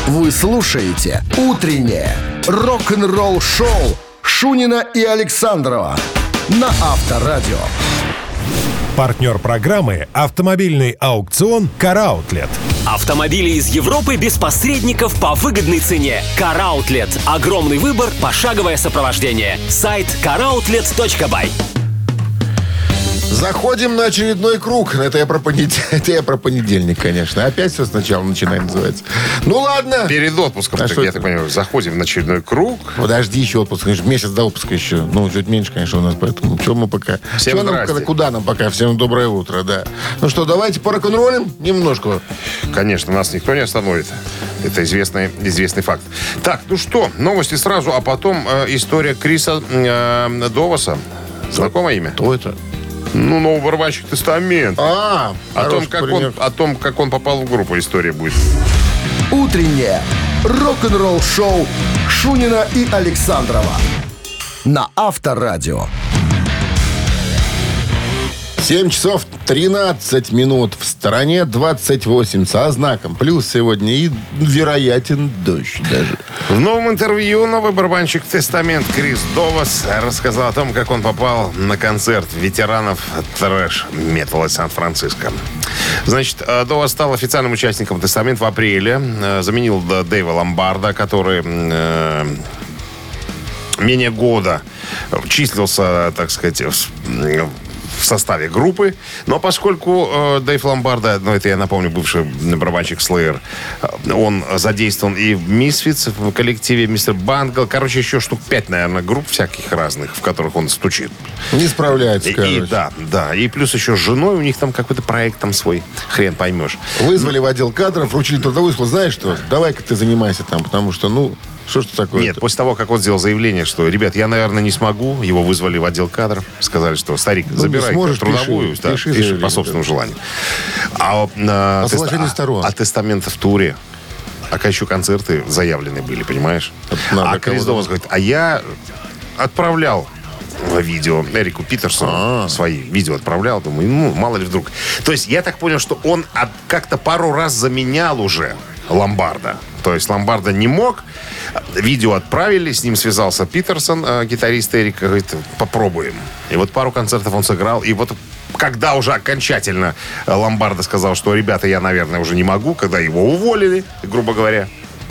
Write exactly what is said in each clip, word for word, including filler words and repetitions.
Вы слушаете «Утреннее рок-н-ролл-шоу» Шунина и Александрова на Авторадио. Партнер программы — автомобильный аукцион «Car-Outlet». Автомобили из Европы без посредников по выгодной цене. Car-Outlet. Огромный выбор, пошаговое сопровождение. Сайт кар аутлет точка бай. Заходим на очередной круг. Это я про, понед... Это я про понедельник, конечно. Опять все сначала начинаем, называется. Ну ладно. Перед отпуском, А так, что я это? так понимаю, заходим на очередной круг. Подожди еще отпуск. Конечно, месяц до отпуска еще. Ну, чуть меньше, конечно, у нас. Поэтому чего мы пока... Всем Чего нам, здрасте. когда- куда нам пока? Всем доброе утро, да. Ну что, давайте по рок-н-роллим немножко. Конечно, нас никто не остановит. Это известный, известный факт. Так, ну что, новости сразу, а потом э, история Криса э, Доваса. Знакомое имя? Кто это? Ну, новый барабанщик «Тестамент». А, О том, хороший как пример. он, о том, как он попал в группу, история будет. «Утреннее рок-н-ролл-шоу» Шунина и Александрова на Авторадио. семь часов тринадцать минут. В стороне двадцать восемь со знаком. Плюс сегодня и вероятен дождь даже. В новом интервью новый барабанщик «Тестамент» Крис Довас рассказал о том, как он попал на концерт ветеранов трэш-металла Сан-Франциско. Значит, Довас стал официальным участником «Тестамент» в апреле. Заменил Дэйва Ломбарда, который э, менее года числился, так сказать, в в составе группы. Но поскольку э, Дэйв Ломбарда, ну это я напомню, бывший барабанщик Slayer, э, он задействован и в Misfits, в коллективе мистер Бангл. Короче, еще штук пять, наверное, групп всяких разных, в которых он стучит. Не справляется, И, короче. и, да, да. И плюс еще с женой у них там какой-то проект там свой. Хрен поймешь. Вызвали в отдел кадров, вручили трудовую, сказали, знаешь что, давай-ка ты занимайся там, потому что, ну, что ж такое? Нет, после того, как он сделал заявление, что, ребят, я, наверное, не смогу, его вызвали в отдел кадров, сказали, что, старик, не забирай сможешь, трудовую, пиши, да, пиши пиши заявление, по собственному да. желанию. А, а, По тест- соглашению а- сторон. а «Тестамент» в туре. А еще концерты заявлены были, понимаешь? надо А Крис кого-то. Довас говорит, а я отправлял видео Эрику Питерсону, А. свои видео отправлял, думаю, ну, мало ли вдруг. То есть я так понял, что он от- как-то пару раз заменял уже Ломбарда. То есть Ломбарда не мог. Видео отправили, с ним связался Питерсон, э, гитарист Эрика, говорит, попробуем. И вот пару концертов он сыграл. И вот когда уже окончательно э, Ломбарда сказал, что, ребята, я, наверное, уже не могу, когда его уволили, грубо говоря,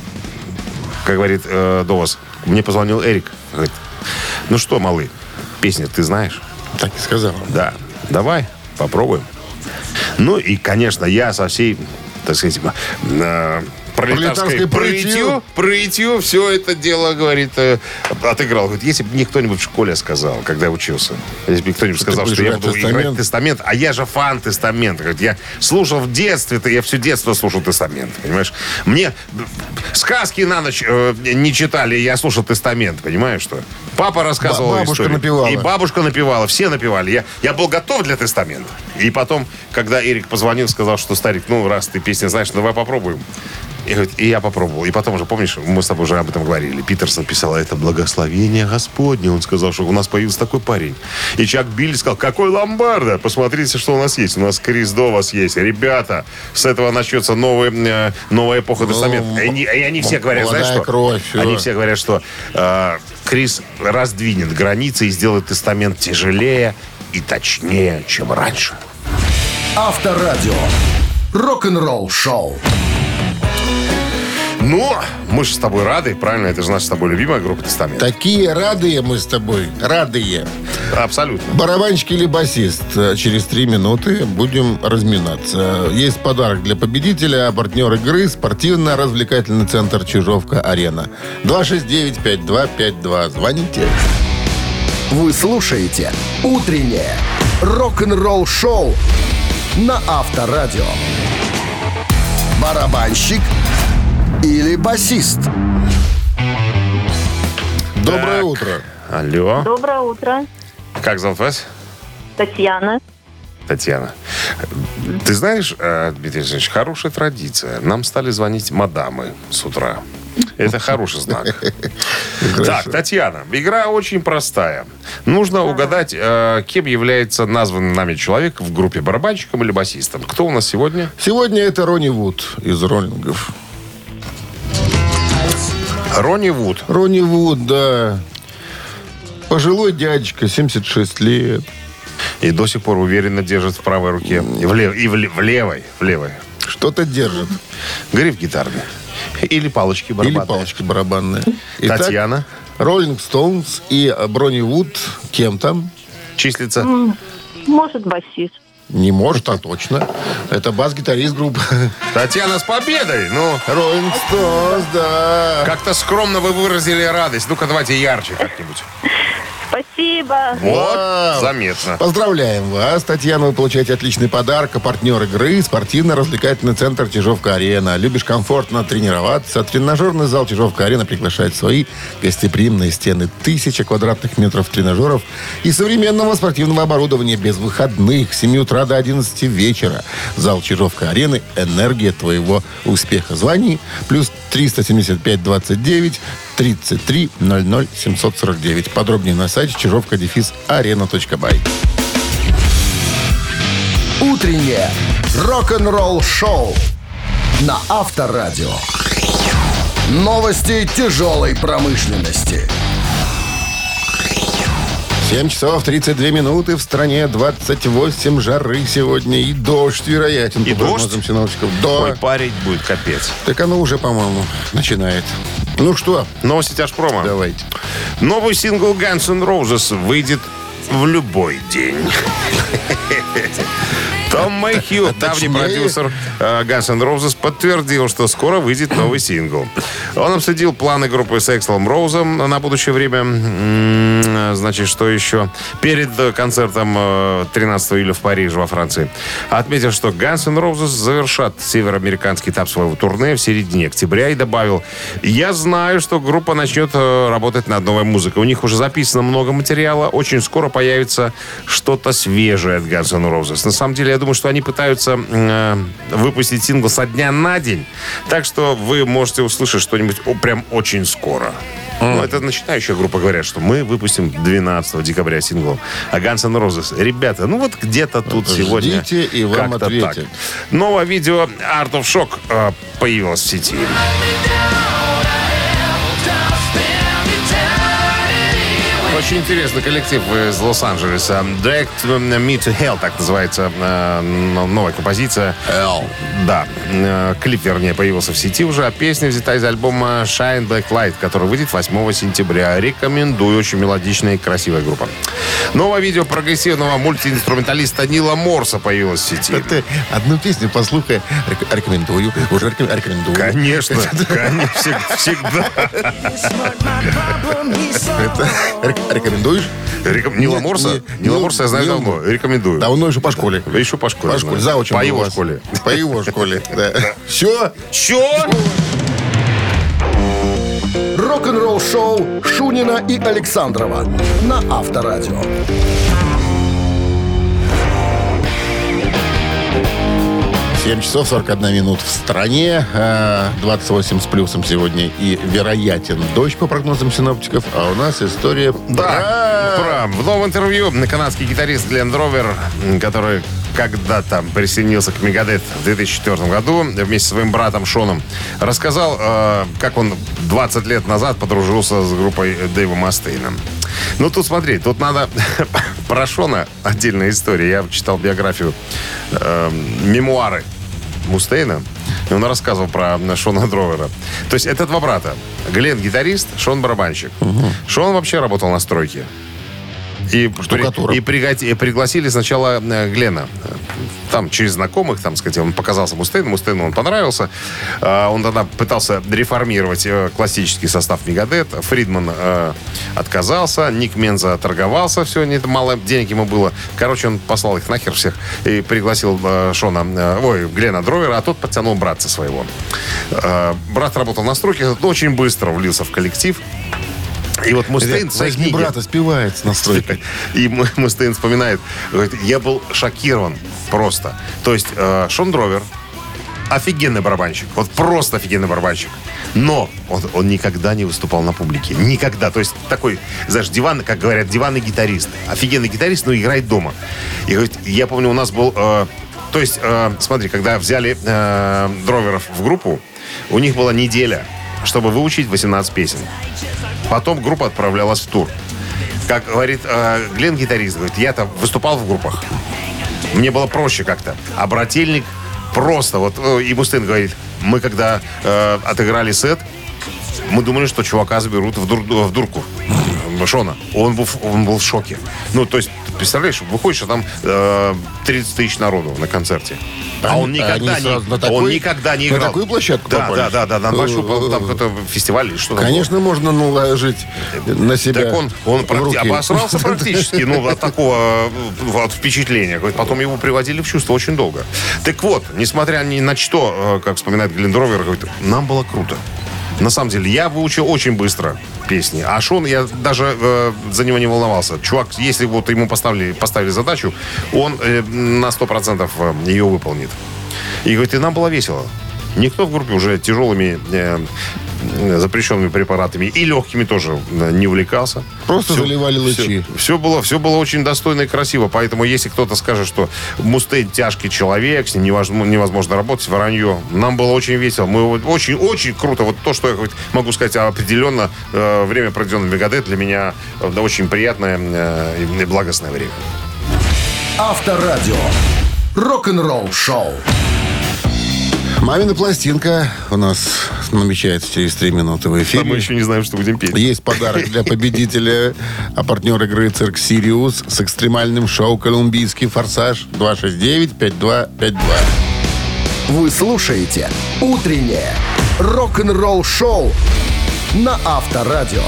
как говорит э, Довас, мне позвонил Эрик. Говорит, ну что, малый, песню ты знаешь? Так и сказал. Да, давай, попробуем. Ну и, конечно, я со всей, так сказать, э, пролетарской Пролетарской прытью. прытью, прытью все это дело, говорит, э, отыграл. Говорит, если бы мне кто-нибудь в школе сказал, когда я учился, если бы кто-нибудь сказал, будешь что я играть буду «Тестамент»? играть «Тестамент», а я же фан «Тестамента». Говорит, я слушал в детстве, я все детство слушал «Тестамент», понимаешь? Мне сказки на ночь э, не читали, я слушал «Тестамент», понимаешь, что? Папа рассказывал Бабушка историю. напевала. И бабушка напевала, все напевали. Я, я был готов для «Тестамента». И потом, когда Эрик позвонил, сказал, что, старик, ну, раз ты песню знаешь, давай попробуем. И, говорит, и я попробовал. И потом уже, помнишь, мы с тобой уже об этом говорили. Питерсон писал, это благословение Господне. Он сказал, что у нас появился такой парень. И Чак Билли сказал, какой Ломбарда? Посмотрите, что у нас есть. У нас Крис Довас есть. Ребята, с этого начнется новый, э, новая эпоха «Тестамента». И они, и они все говорят, знаешь молодая что? кровь, всё. Они все говорят, что э, Крис раздвинет границы и сделает «Тестамент» тяжелее и точнее, чем раньше. Авторадио. Рок-н-ролл-шоу. Ну, мы же с тобой рады, правильно? Это же наша с тобой любимая группа «Тестамент». Такие радые мы с тобой. Радые. Абсолютно. Барабанщик или басист? Через три минуты будем разминаться. Есть подарок для победителя. А партнер игры — спортивно-развлекательный центр «Чижовка-Арена». два шесть девять пять два пять два. Звоните. Вы слушаете «Утреннее рок-н-ролл-шоу» на Авторадио. Барабанщик или басист? Доброе Так. утро. Алло. Доброе утро. Как зовут вас? Татьяна. Татьяна. Ты знаешь, э, Дмитрий Александрович, хорошая традиция. Нам стали звонить мадамы с утра. Это хороший знак. Так, Татьяна, игра очень простая. Нужно угадать, э, кем является названный нами человек в группе, барабанщиком или басистом. Кто у нас сегодня? Сегодня это Ронни Вуд из «Роллингов». Ронни Вуд. Ронни Вуд, да. Пожилой дядечка, семьдесят шесть лет. И до сих пор уверенно держит в правой руке. И в, лев, и в, лев, в левой. В левой. Что-то держит. Гриф гитарный. Или палочки барабанные. Или палочки барабанные. Татьяна. Роллинг Стоунс и Ронни Вуд кем там? Числится? Может, басист. Не может, а точно. Это бас-гитарист группы. Татьяна, с победой! Ну, Роллинг Стоунс, да. как-то скромно вы выразили радость. Ну-ка, давайте ярче как-нибудь. Спасибо. Вот, Вау. заметно. Поздравляем вас, Татьяна. Вы получаете отличный подарок. А партнер игры — спортивно-развлекательный центр «Чижовка-арена». Любишь комфортно тренироваться? Тренажерный зал «Чижовка-арена» приглашает в свои гостеприимные стены. Тысяча квадратных метров тренажеров и современного спортивного оборудования без выходных. С семи утра до одиннадцати вечера. Зал «Чижовка-арены» — энергия твоего успеха. Звони. Плюс триста семьдесят пять двадцать девять тридцать три ноль ноль семьсот сорок девять. Подробнее на сайте чижовка дефис арена точка бай. Утреннее рок-н-ролл-шоу на Авторадио. Новости тяжелой промышленности. семь часов тридцать две минуты. В стране двадцать восемь жары сегодня. И дождь вероятен. И по прогнозам дождь? синоптиков. Да. Ой, парить будет капец. Так оно уже, по-моему, начинает. Ну что, Новости тяжпрома. давайте. Новый сингл Guns N' Roses выйдет в любой день. Том Мэйхью, давний точнее. продюсер э, Guns N' Roses, подтвердил, что скоро выйдет новый сингл. Он обсудил планы группы с Экслом Роузом на будущее время. М-м, значит, что еще? Перед концертом э, тринадцатого июля в Париже, во Франции. Отметил, что Guns N' Roses завершат североамериканский этап своего турне в середине октября и добавил: «Я знаю, что группа начнет э, работать над новой музыкой. У них уже записано много материала. Очень скоро появится что-то свежее от Guns N' Roses». На самом деле, я думаю, что они пытаются э, выпустить сингл со дня на день. Так что вы можете услышать что-нибудь о, прям очень скоро. Mm. Ну, это начинающая группа говорят, что мы выпустим двенадцатого декабря сингл. А Guns N' Roses, ребята, ну вот где-то тут Ждите, сегодня и вам как-то ответят. так. Новое видео Art of Shock э, появилось в сети. Очень интересный коллектив из Лос-Анджелеса. Direct Me to Hell, так называется э, новая композиция. Hell. Да. Э, клип, вернее, появился в сети уже, а песня взята из альбома Shine Black Light, который выйдет восьмого сентября. Рекомендую. Очень мелодичная и красивая группа. Новое видео прогрессивного мультиинструменталиста Нила Морса появилось в сети. Ты одну песню послухай. Рек- Рекомендую. Уже реком- рекомендую. Конечно, конечно, всегда. Это рек- рекомендуешь? Реком- Нила Не- Морса? не- Нила не- Морса я знаю не- давно. Рекомендую. Давно еще по школе. Еще по школе. По школе. да. Заучим По был у его вас. школе. По его школе, да. Все? Че? Рок-н-ролл-шоу Шунина и Александрова на Авторадио. семь часов сорок одна минута в стране. двадцать восемь с плюсом сегодня. И вероятен дождь по прогнозам синоптиков. А у нас история Да, про... про. В новом интервью канадский гитарист Глен Дровер, который когда-то присоединился к Мегадет в две тысячи четвёртом году вместе со своим братом Шоном, рассказал, э, как он двадцать лет назад подружился с группой Дэйва Мастейна. Ну, тут смотри, тут надо... Про Шона отдельная история. Я читал биографию, э, мемуары Мустейна, и он рассказывал про Шона Дровера. То есть это два брата. Глен гитарист, Шон барабанщик. Угу. Шон вообще работал на стройке. И, при, и, пригати, и пригласили сначала э, Глена. Там, через знакомых, там, сказать, он показался Мустейну. Мустейну он понравился. Э, он тогда пытался реформировать э, классический состав Мегадет. Фридман э, отказался. Ник Менза торговался. Все, не, мало денег ему было. Короче, он послал их нахер всех и пригласил э, Шона, э, ой, Глена Дровера, а тот подтянул братца своего. Э, брат работал на стройке, но очень быстро влился в коллектив. И вот Мустейн в своей книге... брата спивается на стройке. И Мустейн вспоминает, говорит, я был шокирован просто. То есть э, Шон Дровер офигенный барабанщик. Вот просто офигенный барабанщик. Но он, он никогда не выступал на публике. Никогда. То есть такой, знаешь, диван, как говорят, диванный гитарист. Офигенный гитарист, но играет дома. И говорит, я помню, у нас был... Э, то есть, э, смотри, когда взяли э, Дроверов в группу, у них была неделя чтобы выучить восемнадцать песен. Потом группа отправлялась в тур. Как говорит э, Глен, гитарист, говорит, я-то выступал в группах. Мне было проще как-то. А брательник просто, вот, э, и Мустейн говорит, мы когда э, отыграли сет, мы думали, что чувака заберут в, дур, в дурку. Шона. Он был, он был в шоке. Ну, то есть, представляешь, выходишь, а там э, тридцать тысяч народу на концерте. А он никогда, не, на такой, он никогда не играл. На такую площадку да, попали? Да, да, да, на большой там какой-то фестиваль или что-то. Конечно, было. Можно наложить на себя. Так он, он практи- обосрался практически, ну, от такого от впечатления. Потом его приводили в чувство очень долго. Так вот, несмотря ни на что, как вспоминает Глен Дровер, говорит, нам было круто. На самом деле, я выучил очень быстро песни. А Шон, я даже э, за него не волновался. Чувак, если вот ему поставили, поставили задачу, он э, на сто процентов ее выполнит. И говорит, и нам было весело. Никто в группе уже тяжелыми э, запрещенными препаратами и легкими тоже не увлекался. Просто все, заливали лучи. Все, все, было, все было очень достойно и красиво. Поэтому, если кто-то скажет, что Мустейн тяжкий человек, с ним невозможно, невозможно работать, вранье. Нам было очень весело. Мы очень-очень круто. Вот то, что я могу сказать определенно, э, время, проведенное в Мегадет, для меня э, очень приятное э, и благостное время. Авторадио. Рок-н-ролл шоу. «Мамина пластинка» у нас намечается через три минуты в эфире. А мы еще не знаем, что будем петь. Есть подарок для победителя. А партнер игры «Цирк Сириус» с экстремальным шоу «Колумбийский форсаж». два шесть девять пять два пять два. Вы слушаете «Утреннее рок-н-ролл шоу» на Авторадио.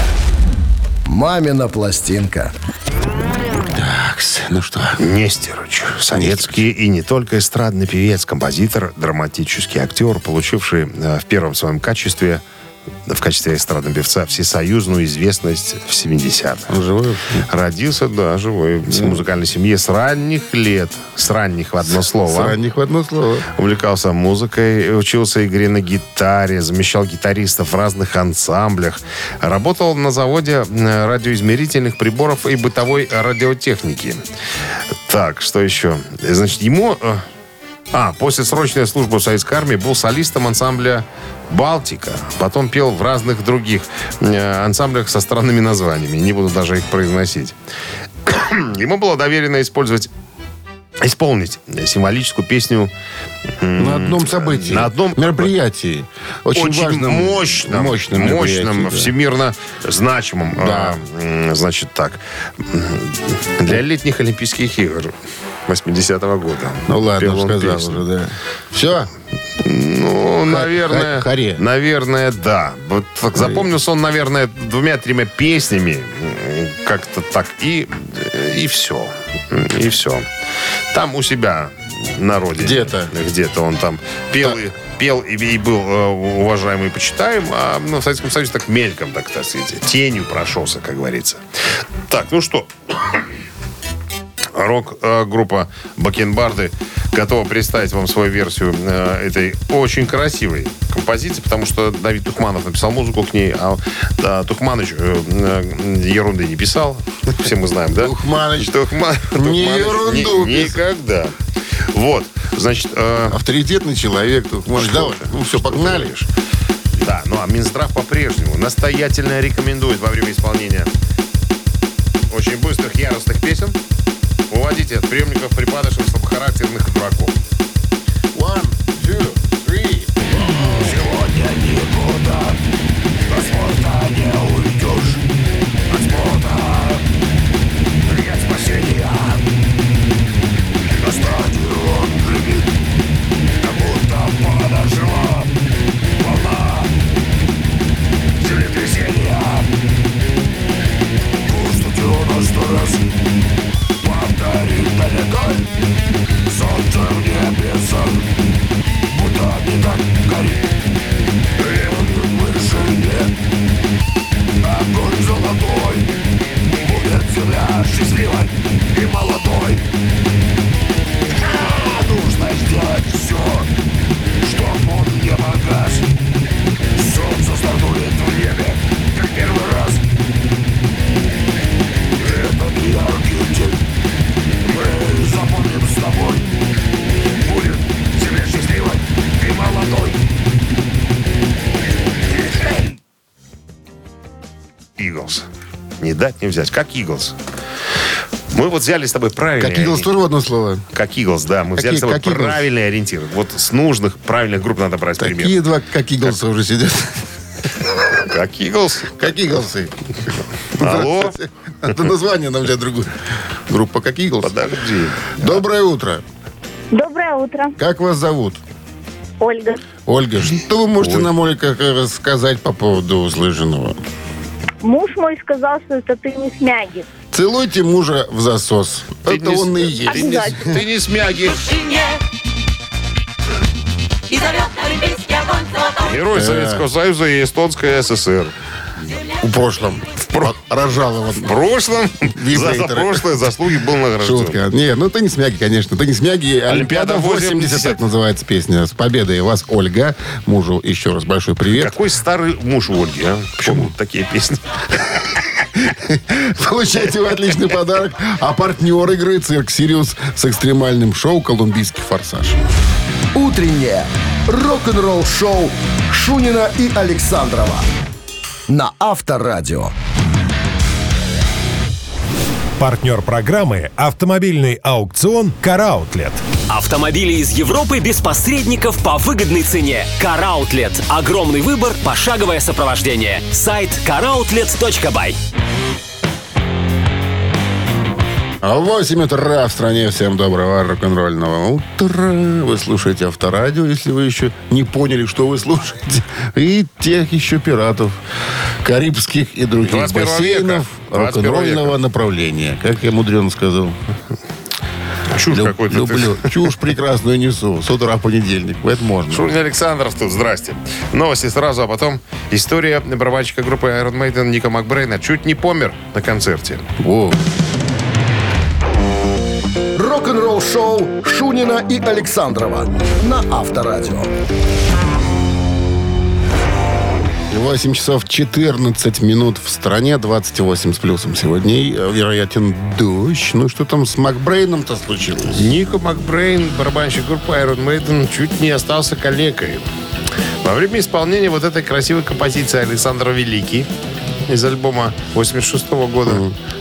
«Мамина пластинка». Такс, ну что? Нестерович, советский и не только эстрадный певец, композитор, драматический актер, получивший в первом своем качестве, в качестве эстрадного певца, всесоюзную известность в семидесятых. Он живой? Родился, да, живой, в музыкальной семье с ранних лет, с ранних в одно слово. С ранних в одно слово. Увлекался музыкой, учился игре на гитаре, замещал гитаристов в разных ансамблях. Работал на заводе радиоизмерительных приборов и бытовой радиотехники. Так, что еще? Значит, ему... А, после срочной службы в Советской армии был солистом ансамбля «Балтика». Потом пел в разных других э, ансамблях со странными названиями. Не буду даже их произносить. Ему было доверено использовать исполнить символическую песню на одном событии. На одном мероприятии. Очень, очень важном, мощном, мощном, мощном да. всемирно значимом. Да. А, значит так. Для летних Олимпийских игр восьмидесятого года. Ну ладно, Пел он сказал песню. уже, да. Все? Ну, наверное, Харе. наверное, да. Вот так запомнился он, наверное, двумя-тремя песнями. Как-то так. И, и все. И все. Там у себя на родине. Где-то. Где-то он там пел, Да. и, пел и, и был э, уважаемый и почитаем, а ну, в Советском Союзе так мельком, так, так сказать, тенью прошелся, как говорится. Так, ну что... Рок-группа «Бакенбарды» готова представить вам свою версию э, этой очень красивой композиции, потому что Давид Тухманов написал музыку к ней, а да, Тухманыч э, э, ерунды не писал. Все мы знаем, да? Тухманыч Тухма... не Тухманыч ерунду ни- писал. Никогда. Вот, значит... Э, Авторитетный человек. Тут, может, что давай. ты? Ну, все, погнали. Да, ну а Минздрав по-прежнему настоятельно рекомендует во время исполнения очень быстрых, яростных песен уводите от приемников припадочных слабохарактерных дураков. One, two, three. Сегодня никуда от спорта не уйдешь. От спорта нет спасения. На стадион гремит, как будто подошла волна землетрясения. Пусть стадиона сто раз повторит далеко. Солнце в небесах Иглс. Не дать, не взять. Как Иглс. Мы вот взяли с тобой правильный... Как Иглс тоже в одно слово. Как Иглс, да. Мы Какие, взяли с тобой как Eagles? правильный ориентир. Вот с нужных, правильных групп надо брать пример. Такие два, как Иглсы уже сидят. Как Иглс. Как Иглсы. Алло. Это название нам взять другую. Группа как Иглс. Подожди. Доброе утро. Доброе утро. Как вас зовут? Ольга. Ольга, что вы можете нам, Ольга, рассказать по поводу услышанного? Муж мой сказал, что это ты не смяги. Целуйте мужа в засос. Ты Это не он с- и есть. Ты не, ты не смяги. Герой Советского Союза и Эстонской ССР. В прошлом. про- Рожал его. В прошлом, за, за Вибрейторы. прошлые заслуги был награжден. Шутка. Не, ну ты не смяги, конечно. Ты не смяги. Олимпиада Олимпиада восемьдесят восемьдесят называется песня. С победой вас, Ольга. Мужу еще раз большой привет. Какой старый муж у Ольги, а? Почему такие песни? Получайте вы отличный подарок. А партнер игры «Цирк Сириус» с экстремальным шоу «Колумбийский форсаж». Утреннее рок-н-ролл-шоу Шунина и Александрова на Авторадио. Партнер программы «Автомобильный аукцион «Караутлет». Автомобили из Европы без посредников по выгодной цене. Караутлет. Огромный выбор, пошаговое сопровождение. Сайт караутлет точка бай. восемь утра в стране. Всем доброго рок-н-ролльного утра. Вы слушаете Авторадио, если вы еще не поняли, что вы слушаете. И тех еще пиратов карибских и других двадцать первого бассейнов века. двадцать первого рок-н-ролльного века. направления. Как я мудрено сказал. Чушь Люб- какой-то. люблю. Чушь прекрасную несу. С утра в понедельник. Это можно. Шурин Александров тут, здрасте. Новости сразу, а потом история барабанщика группы Iron Maiden Ника Макбрейна чуть не помер на концерте. Во. Рок-н-ролл-шоу Шунина и Александрова на Авторадио. восемь часов четырнадцать минут в стране, двадцать восемь с плюсом сегодня. И, э, вероятен дождь. Ну что там с Макбрейном-то случилось? Ника Макбрейн, барабанщик группы Iron Maiden, чуть не остался калекой. Во время исполнения вот этой красивой композиции Александр Великий из альбома восемьдесят шестого года,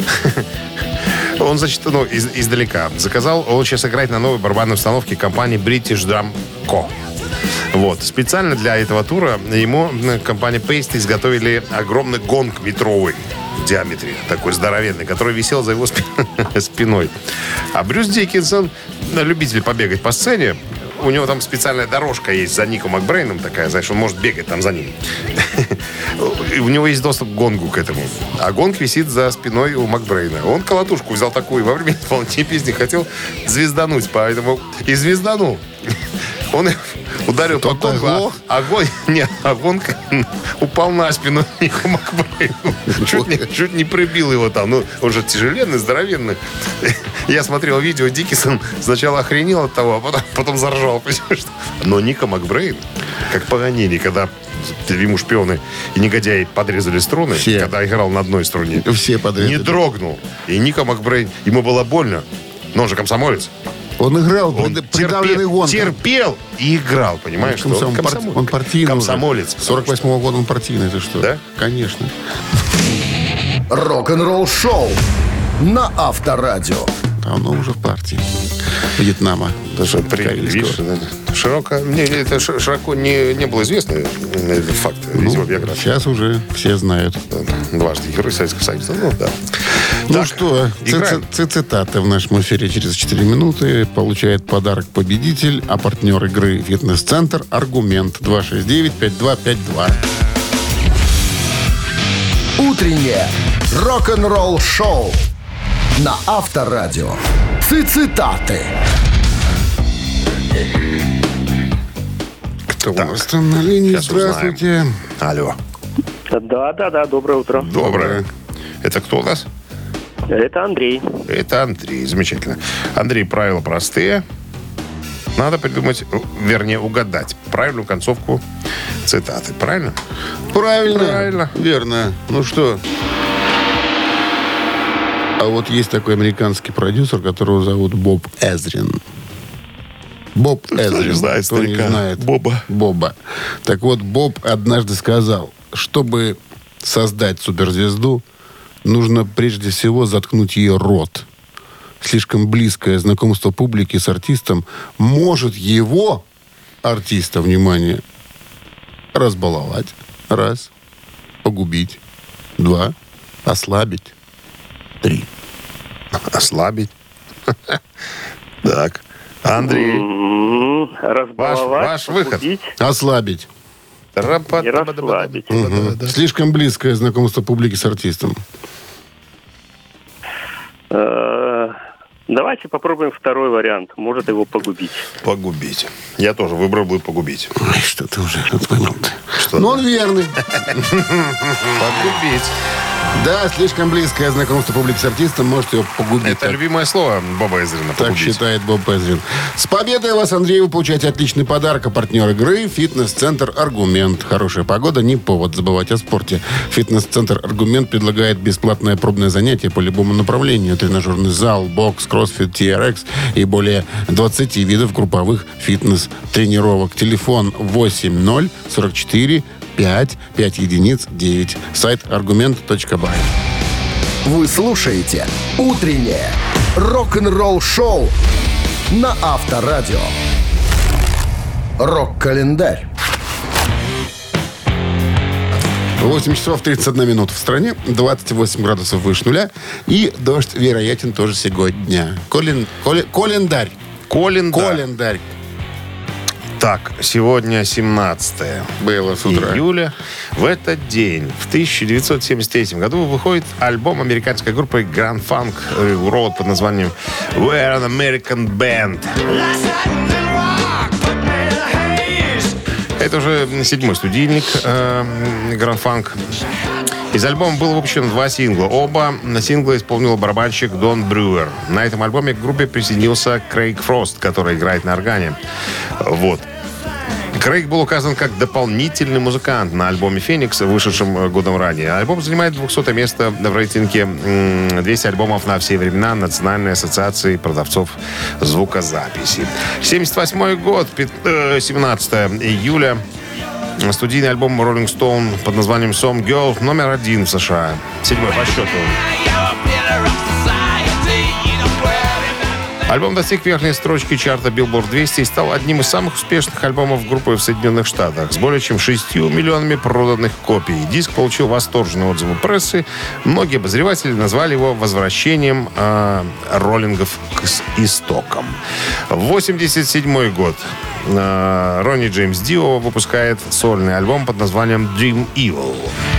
он, значит, ну, из- издалека заказал, он сейчас играет на новой барабанной установке компании British Drum Co. Вот. Специально для этого тура ему м, компания Paste изготовили огромный гонг метровый в диаметре, такой здоровенный, который висел за его спи- спиной. А Брюс Диккенсон, ну, любитель побегать по сцене, у него там специальная дорожка есть за Ником Макбрейном такая, знаешь, он может бегать там за ним. И у него есть доступ к гонгу к этому. А гонг висит за спиной у Макбрейна. Он колотушку взял такую, во время исполнения песни хотел звездануть, поэтому и звезданул. Он ударил по Кто-то гонгу, а оглох? огонь, не, а гонг упал на спину Нику Макбрейну. Чуть не, чуть не прибил его там. Ну, он же тяжеленный, здоровенный. Я смотрел видео, Диккенсон сначала охренел от того, а потом, потом заржал. Понимаешь? Но Ника Макбрейн, как Паганини, когда ему шпионы и негодяи подрезали струны, Все. когда играл на одной струне, Все подрезали. не дрогнул. И Ника Макбрейн, ему было больно, но он же комсомолец. Он играл, Он прид- придавленный терпел, гонком. терпел и играл, понимаешь? Он, что он, пар- комсомолец. он партийный уже. Комсомолец. сорок восьмого года он партийный, ты что? Да? Конечно. Рок-н-ролл-шоу на Авторадио. Давно уже в партии Вьетнама. Даже При- корейского. видишь, это широко, мне это ш- широко не, не было известно, э, этот факт из его биографии. Сейчас уже все знают. Дважды герой Советского Союза. Ну, да. Ну Так, что, играем. ци- ци- цитаты в нашем эфире через четыре минуты. Получает подарок победитель, а партнер игры «Фитнес-центр» «Аргумент» два шесть девять пять два пять два. Утреннее рок-н-ролл-шоу на Авторадио. Цитаты. Кто у нас там на линии? Сейчас узнаем. Здравствуйте. Алло. Да, да, да, доброе утро. Доброе. Это кто у нас? Это Андрей. Это Андрей. Замечательно. Андрей, правила простые. Надо придумать, вернее, угадать правильную концовку цитаты. Правильно? Правильно. Правильно. Верно. Ну что? А вот есть такой американский продюсер, которого зовут Боб Эзрин. Боб Эзрин. не знает Кто не старика? знает? Боба. Боба. Так вот, Боб однажды сказал, чтобы создать суперзвезду, нужно прежде всего заткнуть ее рот. Слишком близкое знакомство публики с артистом может его, артиста, внимание, разбаловать. Раз. Погубить. Два. Ослабить. Три. Ослабить. Так. Андрей. М, Разбаловать, Ваш- ваш выход. погубить Ослабить. и расслабить. Мгм. Слишком близкое знакомство публики с артистом. Э, Давайте попробуем второй вариант. Может его погубить. Погубить. Я тоже выбрал бы погубить. Ой, что ты уже отвынул-то. Что Но он верный. Погубить. Да, слишком близкое знакомство публики с артистом может его погубить. Это любимое слово Боба Эзрина. Так Погубить. считает Боб Эзрин. С победой вас, Андрей, вы получаете отличный подарок. А партнер игры — фитнес-центр «Аргумент». Хорошая погода — не повод забывать о спорте. Фитнес-центр «Аргумент» предлагает бесплатное пробное занятие по любому направлению. Тренажерный зал, бокс, кроссфит, ти ар экс и более двадцати видов групповых фитнес-тренировок. Телефон восемь ноль сорок четыре пять пять единиц девять. Сайт аргумент точка бай. Вы слушаете «Утреннее рок-н-ролл-шоу» на Авторадио. Рок-календарь. восемь часов тридцать одна минута в стране, двадцать восемь градусов выше нуля, и дождь вероятен тоже сегодня. Колен, коле- Колендарь. Колин, да. Колендарь. Так, сегодня семнадцатое Было с утра. июля. В этот день, в тысяча девятьсот семьдесят третьем году, выходит альбом американской группы Grand Funk Railroad под названием We're an American Band. Это уже седьмой студийник э, Grand Funk. Из альбома было выпущено два сингла. Оба сингла исполнил барабанщик Дон Брюер. На этом альбоме к группе присоединился Крейг Фрост, который играет на органе. Вот. Крейг был указан как дополнительный музыкант на альбоме «Феникс», вышедшем годом ранее. Альбом занимает двухсотое место в рейтинге двести альбомов на все времена Национальной ассоциации продавцов звукозаписи. семьдесят восьмой год, семнадцатое июля. Студийный альбом Rolling Stone под названием «Some Girl» номер один в США. Седьмой по счету. Альбом достиг верхней строчки чарта Billboard двести и стал одним из самых успешных альбомов группы в Соединенных Штатах. С более чем шестью миллионами проданных копий. Диск получил восторженные отзывы прессы. Многие обозреватели назвали его возвращением э, роллингов к истокам. восемьдесят седьмой год. Э, Ронни Джеймс Дио выпускает сольный альбом под названием Dream Evil.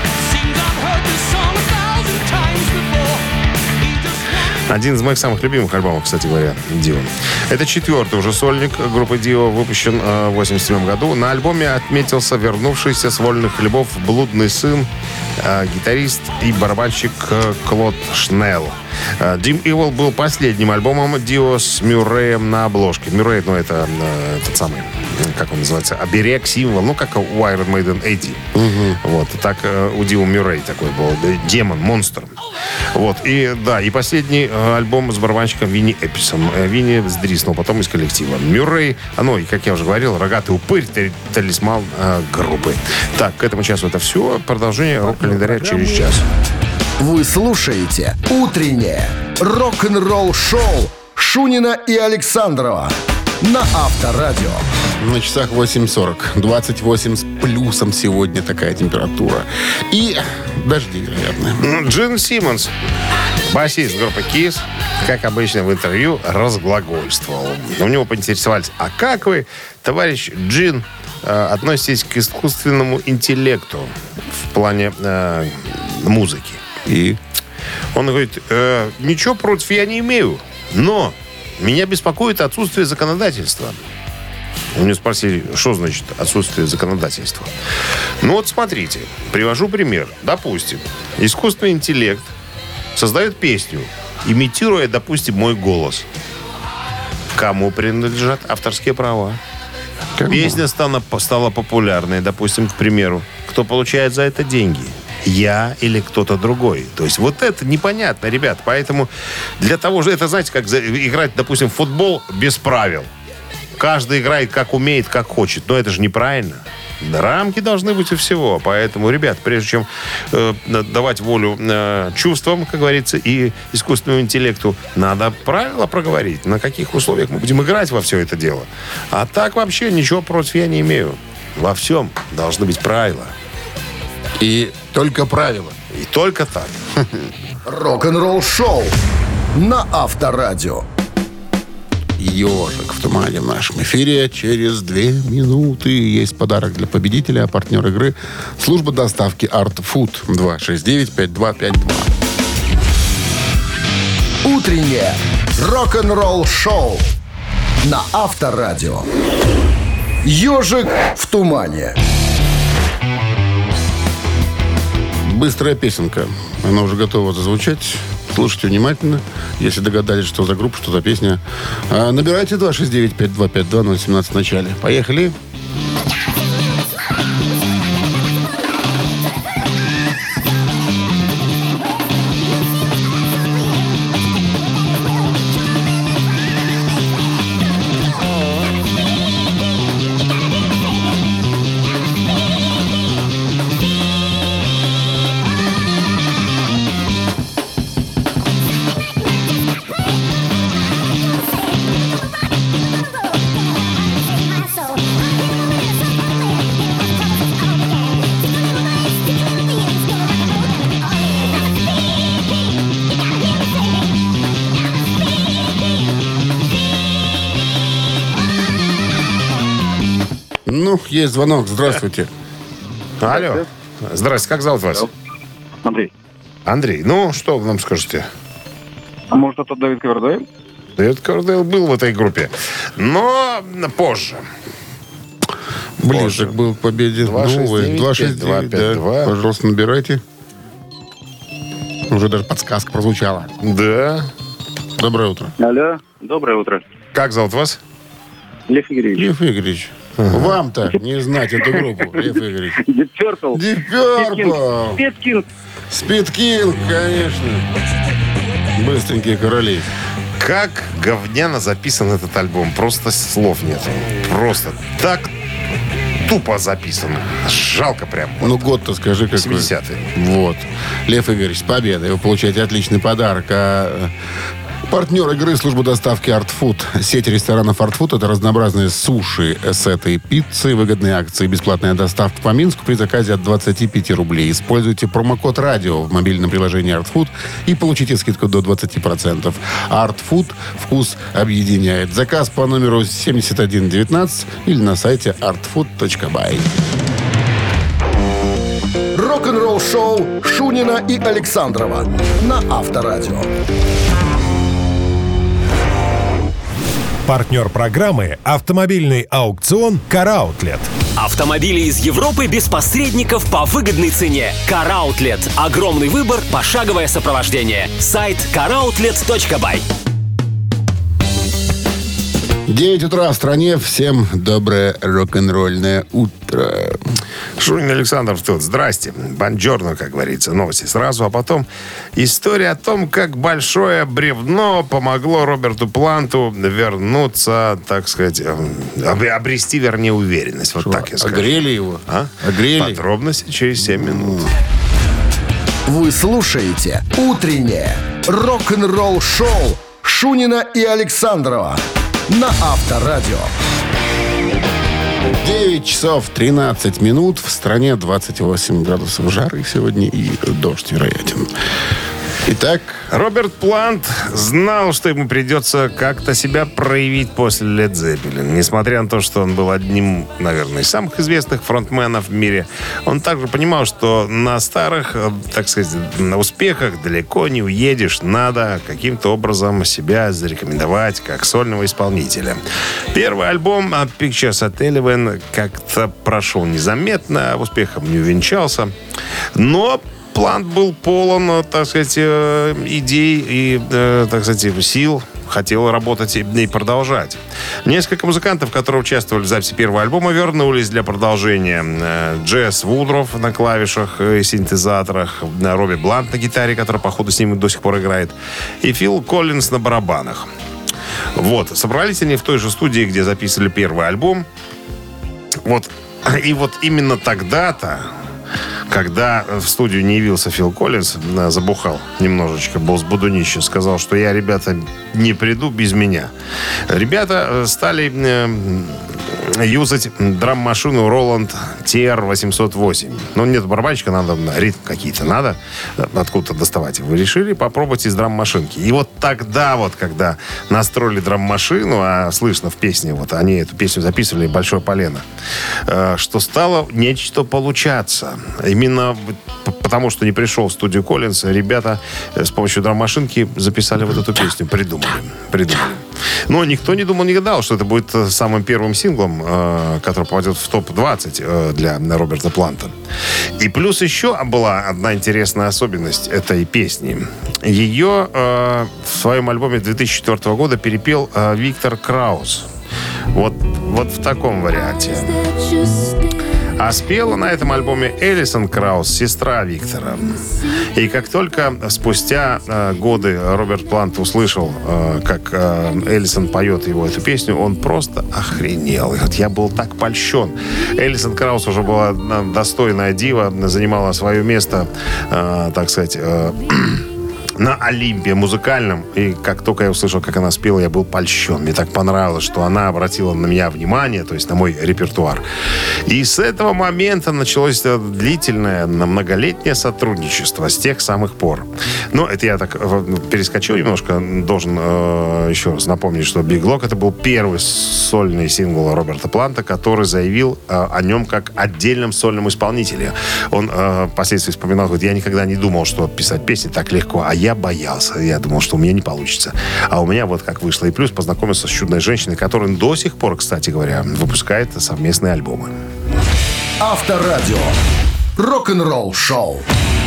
Один из моих самых любимых альбомов, кстати говоря, Дио. Это четвертый уже сольник группы Дио, выпущен э, в восемьдесят седьмом году. На альбоме отметился вернувшийся с вольных хлебов блудный сын, э, гитарист и барабанщик э, Клод Шнелл. Э, Dream Evil был последним альбомом Дио с Мюрреем на обложке. Мюррей, ну, это э, тот самый, как он называется, оберег, символ, ну, как у Iron Maiden эй ди. Угу. Вот, так э, у Дио Мюррей такой был, демон, монстр. Вот, и да, и последний э, альбом с барабанщиком Винни Эписом. Э, Винни сдриснул потом из коллектива. Мюррей, а, ну, и, как я уже говорил, рогатый упырь, талисман э, группы. Так, к этому часу это все. Продолжение рок-календаря через час. Вы слушаете «Утреннее рок-н-ролл-шоу» Шунина и Александрова на Авторадио. На часах восемь сорок. двадцать восемь с плюсом сегодня такая температура. И дожди, вероятно. Джин Симмонс, басист группы Kiss, как обычно в интервью, разглагольствовал. У него поинтересовались: а как вы, товарищ Джин, относитесь к искусственному интеллекту в плане э, музыки? И? Он говорит: э, ничего против я не имею, но меня беспокоит отсутствие законодательства. У него спросили, что значит отсутствие законодательства. Ну вот смотрите, привожу пример. Допустим, искусственный интеллект создает песню, имитируя, допустим, мой голос. Кому принадлежат авторские права? Кому? Песня стала, стала популярной, допустим, к примеру. Кто получает за это деньги? Я или кто-то другой. То есть вот это непонятно, ребят. Поэтому для того же, это, знаете, как играть, допустим, в футбол без правил. каждый играет как умеет, как хочет. Но это же неправильно. Рамки должны быть у всего. Поэтому, ребят, прежде чем э, давать волю э, чувствам, как говорится, и искусственному интеллекту, надо правила проговорить, на каких условиях мы будем играть во все это дело. А так вообще ничего против я не имею. Во всем должны быть правила. И только правила. И только так. Рок-н-ролл шоу на Авторадио. «Ежик в тумане» в нашем эфире. Через две минуты есть подарок для победителя, а партнер игры — служба доставки Art Food. два шесть девять пять два пять два. Утреннее рок-н-ролл шоу на Авторадио. «Ежик в тумане». Быстрая песенка. Она уже готова зазвучать. Слушайте внимательно. Если догадались, что за группа, что за песня, а, набирайте два шесть девять пять два пять два ноль семнадцать в начале. Поехали. Ну, есть звонок. Здравствуйте. Алло. Здрасте, как зовут вас? Андрей. Андрей, ну, что вы нам скажете? А может, это Дэвид Ковердейл? Дэвид Ковердейл был в этой группе, но позже. Ближе был к победе. два шесть девять пять два. Пожалуйста, набирайте. Уже даже подсказка прозвучала. Да. Доброе утро. Алло, доброе утро. Как зовут вас? Лев Игоревич. Лев Игоревич. Ага. Вам-то не знать эту группу, Лев Игоревич. Deep Purple. Deep Purple. Speed Speed King, конечно. Быстренькие короли. Как говняно записан этот альбом. Просто слов нет. Просто так тупо записан. Жалко прям. Вот. Ну, год-то скажи, какой. семидесятые. Вот. Лев Игоревич, с победой. Вы получаете отличный подарок. А партнер игры — служба доставки Art Food. Сеть ресторанов Art Food — это разнообразные суши, сеты и пиццы, выгодные акции, бесплатная доставка по Минску при заказе от двадцати пяти рублей. Используйте промокод «Радио» в мобильном приложении Art Food и получите скидку до двадцати процентов. Art Food — вкус объединяет. Заказ по номеру семьдесят один девятнадцать или на сайте арт фуд точка бай. Рок-н-ролл шоу Шунина и Александрова на Авторадио. Партнер программы — автомобильный аукцион «Караутлет». Автомобили из Европы без посредников по выгодной цене. Караутлет. Огромный выбор, пошаговое сопровождение. Сайт караутлет точка бай. девять утра в стране. Всем доброе рок-н-ролльное утро. Шунин Александров тут. Здрасте. Бонджорно, как говорится. Новости сразу. А потом история о том, как большое бревно помогло Роберту Планту вернуться, так сказать, обрести, вернее, уверенность. Вот Что, так я скажу. огрели его? А? Огрели? Подробности через семь минут. Вы слушаете «Утреннее рок-н-ролл шоу» Шунина и Александрова на Авторадио. девять часов тринадцать минут. В стране двадцать восемь градусов жары сегодня и дождь вероятен. Итак, Роберт Плант знал, что ему придется как-то себя проявить после Led Zeppelin. Несмотря на то, что он был одним, наверное, из самых известных фронтменов в мире, он также понимал, что на старых, так сказать, на успехах далеко не уедешь. Надо каким-то образом себя зарекомендовать как сольного исполнителя. Первый альбом Pictures at Eleven как-то прошел незаметно, успехом не увенчался. Но Плант был полон, так сказать, идей и, так сказать, сил. Хотел работать и продолжать. Несколько музыкантов, которые участвовали в записи первого альбома, вернулись для продолжения. Джесс Вудроф на клавишах и синтезаторах, Робби Блант на гитаре, который, походу, с ним до сих пор играет, и Фил Коллинз на барабанах. Вот. Собрались они в той же студии, где записывали первый альбом. Вот. И вот именно тогда-то, когда в студию не явился Фил Коллинз, забухал немножечко, был с будунища, сказал, что я, ребята, не приду без меня. Ребята стали юзать драм-машину Roland ти ар восемьсот восемь. Ну, нет барабанщика, надо ритм какие-то надо откуда-то доставать. Вы решили попробовать из драм-машинки. И вот тогда вот, когда настроили драм-машину, а слышно в песне, вот они эту песню записывали, «Большое полено», что стало нечто получаться. Именно потому, что не пришел в студию Коллинз, ребята с помощью драм-машинки записали вот эту песню, придумали. придумали. Но никто не думал, не гадал, что это будет самым первым синглом, который попадет в топ двадцать для Роберта Планта. И плюс еще была одна интересная особенность этой песни. Ее в своем альбоме две тысячи четвёртого года перепел Виктор Краус. Вот, вот в таком варианте. А спела на этом альбоме Элисон Краус, сестра Виктора. И как только спустя э, годы Роберт Плант услышал, э, как э, Элисон поет его эту песню, он просто охренел. И вот я был так польщен. Элисон Краус уже была достойная дива, занимала свое место, э, так сказать, э, на Олимпе музыкальном. И как только я услышал, как она спела, я был польщен. Мне так понравилось, что она обратила на меня внимание, то есть на мой репертуар. И с этого момента началось длительное, многолетнее сотрудничество с тех самых пор. Но это я так перескочил немножко. Должен э, еще раз напомнить, что Big Lock — это был первый сольный сингл Роберта Планта, который заявил э, о нем как отдельном сольном исполнителе. Он э, впоследствии вспоминал, говорит, я никогда не думал, что писать песни так легко, а я Я боялся. Я думал, что у меня не получится. А у меня вот как вышло. И плюс познакомился с чудной женщиной, которая до сих пор, кстати говоря, выпускает совместные альбомы. Авторадио. Рок-н-ролл шоу.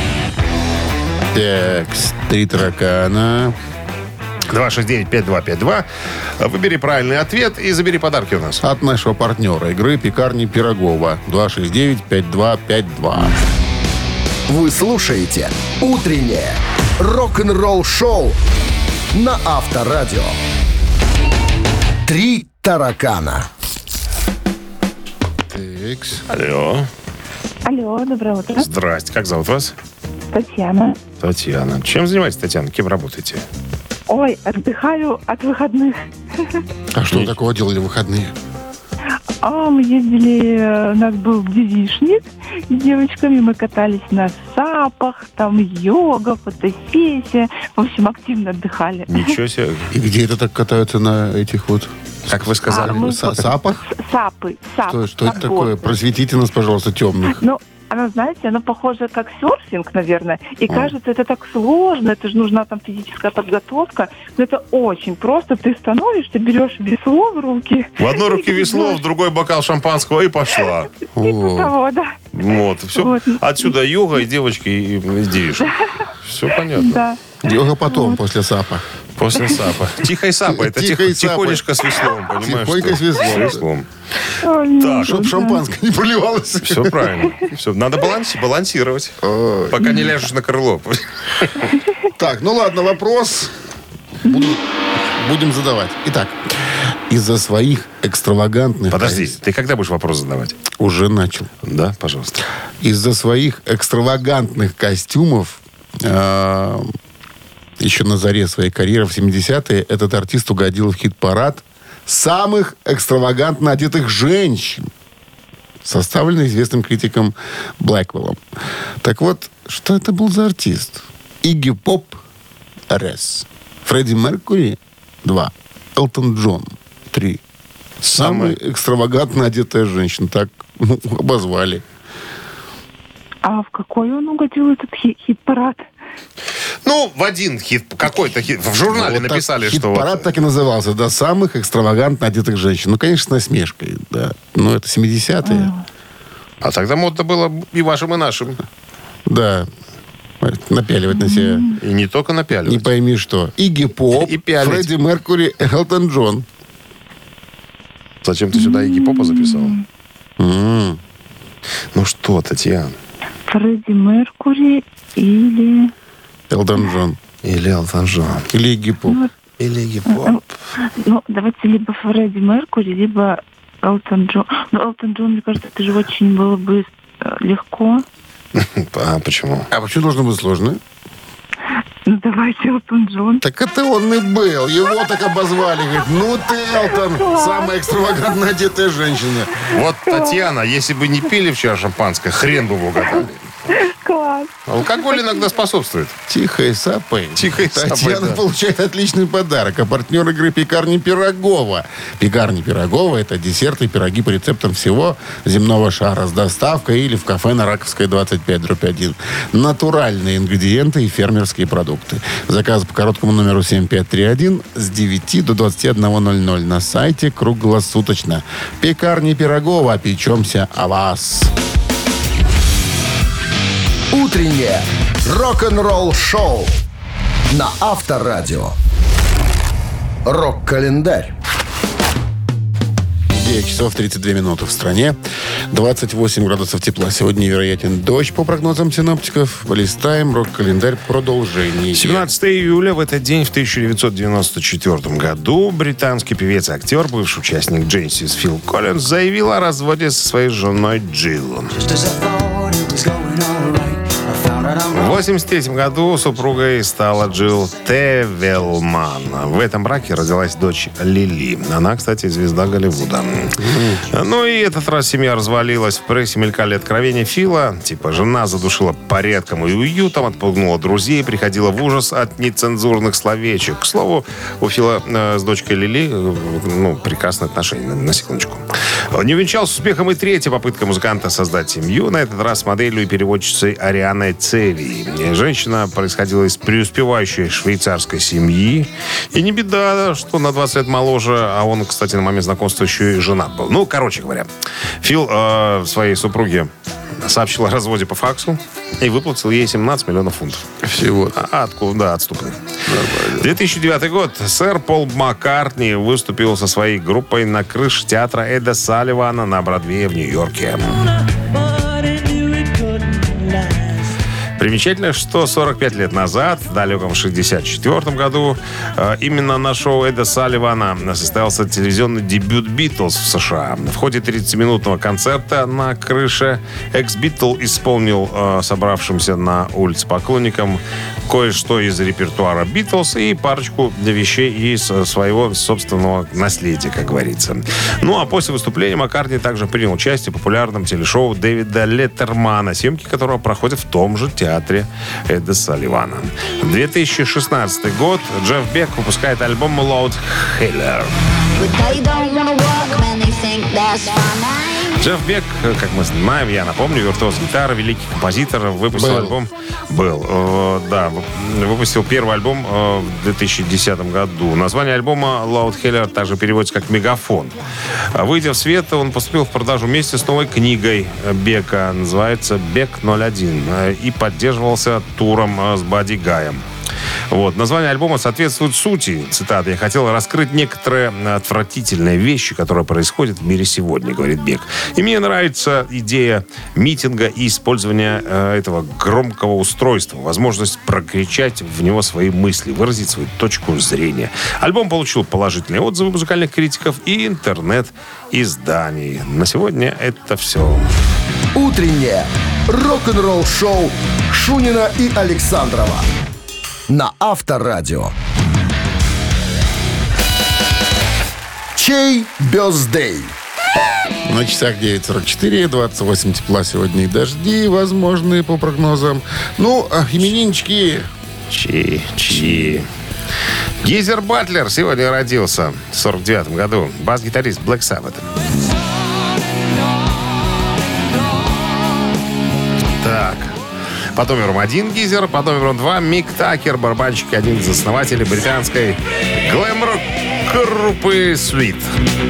Так, три таракана. два шесть девять пять два пять два. Выбери правильный ответ и забери подарки у нас. От нашего партнера игры «Пекарни Пирогова». два шесть девять пять два пять два. Вы слушаете «Утреннее рок-н-ролл-шоу» на Авторадио. Три таракана. Текс. Алло. Алло, доброе утро. Здрасте. Как зовут вас? Татьяна. Татьяна. Чем занимаетесь, Татьяна? Кем работаете? Ой, отдыхаю от выходных. А что такого делали в выходные? А, мы ездили, у нас был девичник с девочками, мы катались на сапах, там йога, фотосессия. В общем, активно отдыхали. Ничего себе. И где это так катаются на этих вот... Как вы сказали? А, мы- Са- сапах? Сапы, сапы. Что, что это сапборды. такое? Просветите нас, пожалуйста, темных. Ну, она, знаете, она похожа как серфинг, наверное. И кажется, это так сложно, это же нужна там физическая подготовка. Но это очень просто. Ты становишься, берешь весло в руки. В одной руке весло, в другой бокал шампанского и пошла. Типа того, да. Вот. Все. Вот. Отсюда йога и девочки, и, и девушки. Все понятно. Да. Йога потом, после сапа. После сапа. Тихой сапа. Это Тихой тихо, сапой. тихонечко с веслом, понимаешь? Тихонько что? с веслом. С веслом. Ой, ну, Так, Чтоб да. шампанское не поливалось. Все правильно. Все. Надо баланси- балансировать. Ой. Пока не ляжешь на крыло. Так, ну ладно, вопрос буду- будем задавать. Итак, из-за своих экстравагантных... Подожди, ты когда будешь вопрос задавать? Уже начал. Да, пожалуйста. Из-за своих экстравагантных костюмов э, еще на заре своей карьеры в семидесятые этот артист угодил в хит-парад самых экстравагантно одетых женщин, составленный известным критиком Блэквеллом. Так вот, что это был за артист? Игги Поп — раз. Фредди Меркьюри — два. Элтон Джон — три. Самая экстравагантно одетая женщина. Так ну, обозвали. А в какой он угодил этот хит- хит-парад? Ну, в один хит, какой-то хит. В журнале Вот так написали, что... хит-парад вот- так и назывался, да, самых экстравагантно одетых женщин. Ну, конечно, с насмешкой, да. Но это семидесятые. А тогда модно было и вашим, и нашим. Да. Напяливать на себя. И не только Не напяливать. пойми что. Игги Поп, И пялить. Фредди Меркьюри, Элтон Джон. Зачем ты сюда Игги Попа записал? М. Ну что, Татьяна? Фредди Меркьюри или... Элтон Джон. Или Элтон Джон. Или Игги Поп. Ну, Или Игги-поп? Ну, давайте либо Фредди Меркури, либо Элтон Джон. Ну, Элтон Джон, мне кажется, это же очень было бы э, легко. А почему? А почему должно быть сложно? Ну, давайте Элтон Джон. Так это он и был. Его так обозвали. Говорит, ну ты, Элтон, самая экстравагантно одетая женщина. Вот, Татьяна, если бы не пили вчера шампанское, хрен бы вы угадали. Класс. Алкоголь иногда способствует. Тихой сапой. Тихой сапой, Татьяна да. получает отличный подарок. А партнер игры «Пекарни Пирогова». «Пекарни Пирогова» — это десерты и пироги по рецептам всего земного шара с доставкой или в кафе на Раковской, двадцать пять, дробь один. Натуральные ингредиенты и фермерские продукты. Заказ по короткому номеру семь пять три один с девяти до двадцати одного ноль ноль на сайте круглосуточно. «Пекарни Пирогова». Печемся о вас. Утреннее рок-н-ролл-шоу на Авторадио. Рок-календарь. девять часов тридцать две минуты в стране. двадцать восемь градусов тепла. Сегодня вероятен дождь по прогнозам синоптиков. Полистаем рок-календарь продолжение. семнадцатого июля в этот день в тысяча девятьсот девяносто четвёртом году британский певец и актер, бывший участник Genesis Фил Коллинз, заявил о разводе со своей женой Джилл. В восемьдесят третьем году супругой стала Джилл Тевелман. В этом браке родилась дочь Лили. Она, кстати, звезда Голливуда. Ну и этот раз семья развалилась. В прессе мелькали откровения Фила. Типа, жена задушила порядком и уютом, отпугнула друзей, приходила в ужас от нецензурных словечек. К слову, у Фила э, с дочкой Лили э, ну, прекрасные отношения, на, на секундочку. Не увенчался с успехом и третья попытка музыканта создать семью. На этот раз с моделью и переводчицей Арианой Цели. Женщина происходила из преуспевающей швейцарской семьи. И не беда, что на двадцать лет моложе, а он, кстати, на момент знакомства еще и женат был. Ну, короче говоря, Фил э, своей супруге сообщил о разводе по факсу и выплатил ей семнадцать миллионов фунтов. Всего. А, откуда? Да, отступных. две тысячи девятый год. Сэр Пол Маккартни выступил со своей группой на крыше театра Эда Салливана на Бродвее в Нью-Йорке. Примечательно, что сорок пять лет назад, в далеком шестьдесят четвёртом году, именно на шоу Эда Салливана состоялся телевизионный дебют «Битлз» в США. В ходе тридцатиминутного концерта на крыше экс-Битл исполнил собравшимся на улице поклонникам кое-что из репертуара «Битлз» и парочку вещей из своего собственного наследия, как говорится. Ну, а после выступления Маккартни также принял участие в популярном телешоу Дэвида Леттермана, съемки которого проходят в том же театре театре Эда Салливана. две тысячи шестнадцатый год. Джефф Бек выпускает альбом «Loud Hailer». Джефф Бек, как мы знаем, я напомню, виртуоз гитары, великий композитор, выпустил был. альбом. Был. Э, да, выпустил первый альбом э, в две тысячи десятом году. Название альбома «Loud Hailer» также переводится как «Мегафон». Выйдя в свет, он поступил в продажу вместе с новой книгой Бека. Называется «Бек ноль один» и поддерживался туром с Бадди Гаем. Вот. Название альбома соответствует сути. Цитата. «Я хотел раскрыть некоторые отвратительные вещи, которые происходят в мире сегодня», говорит Бек. «И мне нравится идея митинга и использования э, этого громкого устройства. Возможность прокричать в него свои мысли, выразить свою точку зрения». Альбом получил положительные отзывы музыкальных критиков и интернет-изданий. На сегодня это все. Утреннее рок-н-ролл-шоу Шунина и Александрова на Авторадио. Чей бёздей? На часах девять сорок четыре, двадцать восемь тепла сегодня и дожди возможные по прогнозам. Ну, а имениннички... Чи, чи. Гизер Батлер сегодня родился в сорок девятом году. Бас-гитарист Black Sabbath. Так. Под номером один Гизер, под номером два Мик Такер, барабанщик, один из основателей британской глэм-рок группы Sweet.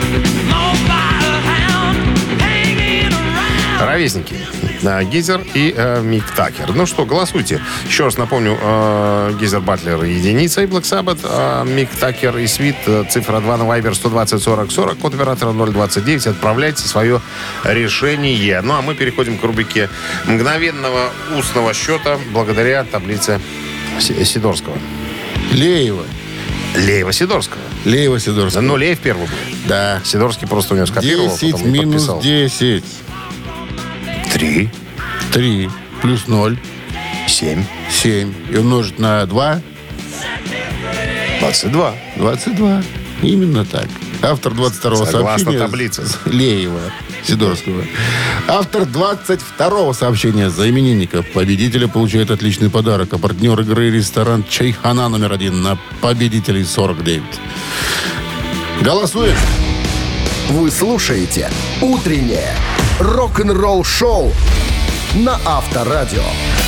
Ровесники. Гизер и э, Мик Такер. Ну что, голосуйте. Еще раз напомню, э, Гизер Батлер единица и Black Sabbath, а Мик Такер и Sweet э, цифра два на Viber сто двадцать сорок сорок, код оператора ноль двадцать девять. Отправляйте свое решение. Ну а мы переходим к рубрике мгновенного устного счета благодаря таблице Сидорского. Леева. Леева Сидорского. Леева Сидорского. Ну, Леев первый был. Да. Сидорский просто у него скопировал, десять потом и минус подписал. десять. Три. три плюс ноль. Семь. семь. И умножить на два. Двадцать два. двадцать два. Именно так. Автор двадцать второго Согласно сообщения. таблице. Леева Сидорского. Автор двадцать второго сообщения за именинника победителя получает отличный подарок. А партнер игры ресторан «Чайхана» номер один на победителей сорок девять. Голосуем. Вы слушаете «Утреннее рок-н-ролл-шоу» на Авторадио.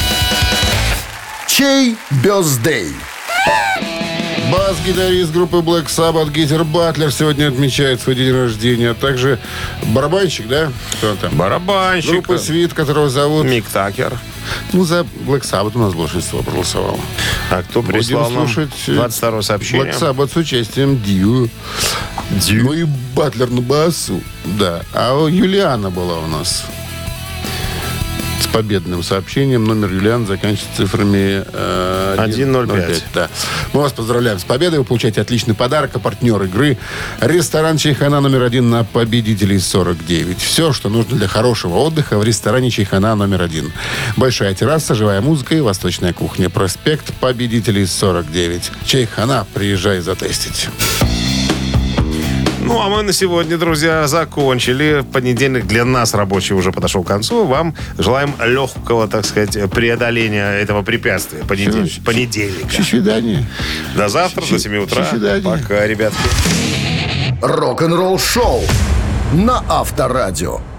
Чей бёздей? Бас-гитарист группы Black Sabbath Гизер Батлер сегодня отмечает свой день рождения. А также барабанщик, да? Кто там? Барабанщик. Группа Свит, которого зовут... Мик Такер. Ну, за Black Sabbath у нас большинство проголосовало. А кто прислал Будем нам слушать двадцать второе сообщение? Black Sabbath с участием Дью. Дью. Ну и Батлер на басу. Да. А у Юлиана была у нас с победным сообщением. Номер Юлиана заканчивается цифрами э, один ноль пять. Да. Мы вас поздравляем с победой. Вы получаете отличный подарок. А партнер игры — ресторан «Чайхана» номер один на победителей сорок девять. Все, что нужно для хорошего отдыха в ресторане «Чайхана» номер один. Большая терраса, живая музыка и восточная кухня. Проспект Победителей сорок девять. «Чайхана». Приезжай затестить. Ну, а мы на сегодня, друзья, закончили. Понедельник для нас рабочий уже подошел к концу. Вам желаем легкого, так сказать, преодоления этого препятствия. Понедель... Все, Понедельника. До свидания. До завтра, до семи утра. До свидания. Пока, ребятки. Рок-н-ролл-шоу на Авторадио.